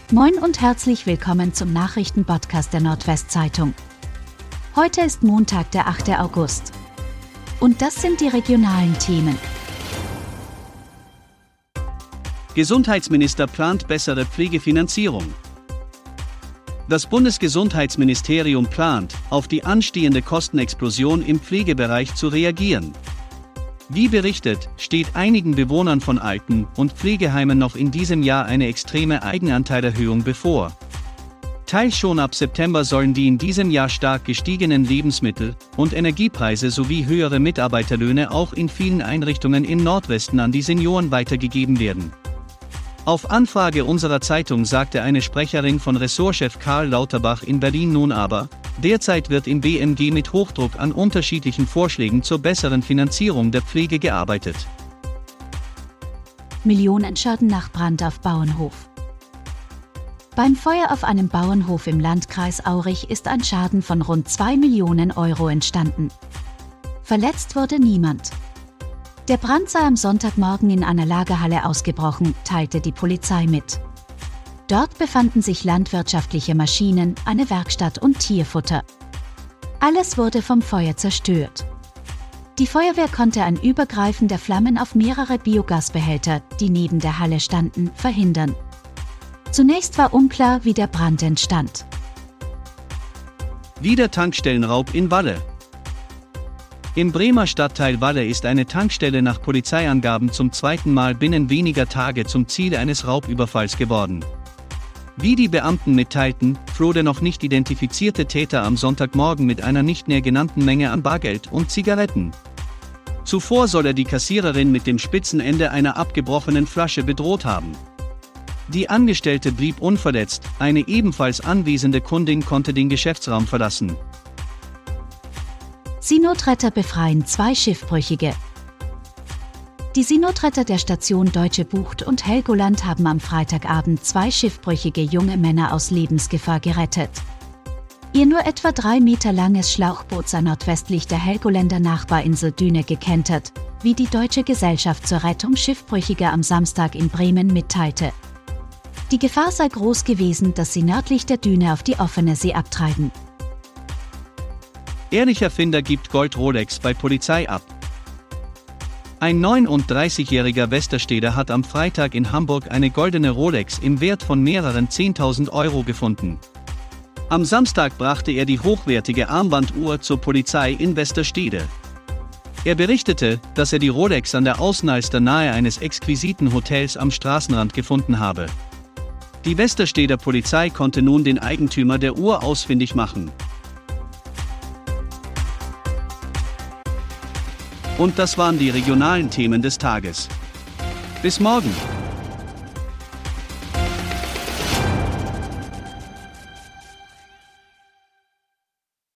Moin und herzlich willkommen zum Nachrichtenpodcast der Nordwestzeitung. Heute ist Montag, der 8. August. Und das sind die regionalen Themen. Gesundheitsminister plant bessere Pflegefinanzierung. Das Bundesgesundheitsministerium plant, auf die anstehende Kostenexplosion im Pflegebereich zu reagieren. Wie berichtet, steht einigen Bewohnern von Alten- und Pflegeheimen noch in diesem Jahr eine extreme Eigenanteilerhöhung bevor. Teils schon ab September sollen die in diesem Jahr stark gestiegenen Lebensmittel- und Energiepreise sowie höhere Mitarbeiterlöhne auch in vielen Einrichtungen im Nordwesten an die Senioren weitergegeben werden. Auf Anfrage unserer Zeitung sagte eine Sprecherin von Ressortchef Karl Lauterbach in Berlin nun aber, derzeit wird im BMG mit Hochdruck an unterschiedlichen Vorschlägen zur besseren Finanzierung der Pflege gearbeitet. Millionenschaden nach Brand auf Bauernhof. Beim Feuer auf einem Bauernhof im Landkreis Aurich ist ein Schaden von rund 2 Millionen Euro entstanden. Verletzt wurde niemand. Der Brand sei am Sonntagmorgen in einer Lagerhalle ausgebrochen, teilte die Polizei mit. Dort befanden sich landwirtschaftliche Maschinen, eine Werkstatt und Tierfutter. Alles wurde vom Feuer zerstört. Die Feuerwehr konnte ein Übergreifen der Flammen auf mehrere Biogasbehälter, die neben der Halle standen, verhindern. Zunächst war unklar, wie der Brand entstand. Wieder Tankstellenraub in Walle. Im Bremer Stadtteil Walle ist eine Tankstelle nach Polizeiangaben zum zweiten Mal binnen weniger Tage zum Ziel eines Raubüberfalls geworden. Wie die Beamten mitteilten, floh der noch nicht identifizierte Täter am Sonntagmorgen mit einer nicht näher genannten Menge an Bargeld und Zigaretten. Zuvor soll er die Kassiererin mit dem spitzen Ende einer abgebrochenen Flasche bedroht haben. Die Angestellte blieb unverletzt, eine ebenfalls anwesende Kundin konnte den Geschäftsraum verlassen. Seenotretter befreien 2 Schiffbrüchige. Die Seenotretter der Station Deutsche Bucht und Helgoland haben am Freitagabend 2 schiffbrüchige junge Männer aus Lebensgefahr gerettet. Ihr nur etwa 3 Meter langes Schlauchboot sei nordwestlich der Helgoländer Nachbarinsel Düne gekentert, wie die Deutsche Gesellschaft zur Rettung Schiffbrüchiger am Samstag in Bremen mitteilte. Die Gefahr sei groß gewesen, dass sie nördlich der Düne auf die offene See abtreiben. Ehrlicher Finder gibt Gold-Rolex bei Polizei ab. Ein 39-jähriger Westersteder hat am Freitag in Hamburg eine goldene Rolex im Wert von mehreren 10.000 Euro gefunden. Am Samstag brachte er die hochwertige Armbanduhr zur Polizei in Westerstede. Er berichtete, dass er die Rolex an der Außenalster nahe eines exquisiten Hotels am Straßenrand gefunden habe. Die Westersteder Polizei konnte nun den Eigentümer der Uhr ausfindig machen. Und das waren die regionalen Themen des Tages. Bis morgen!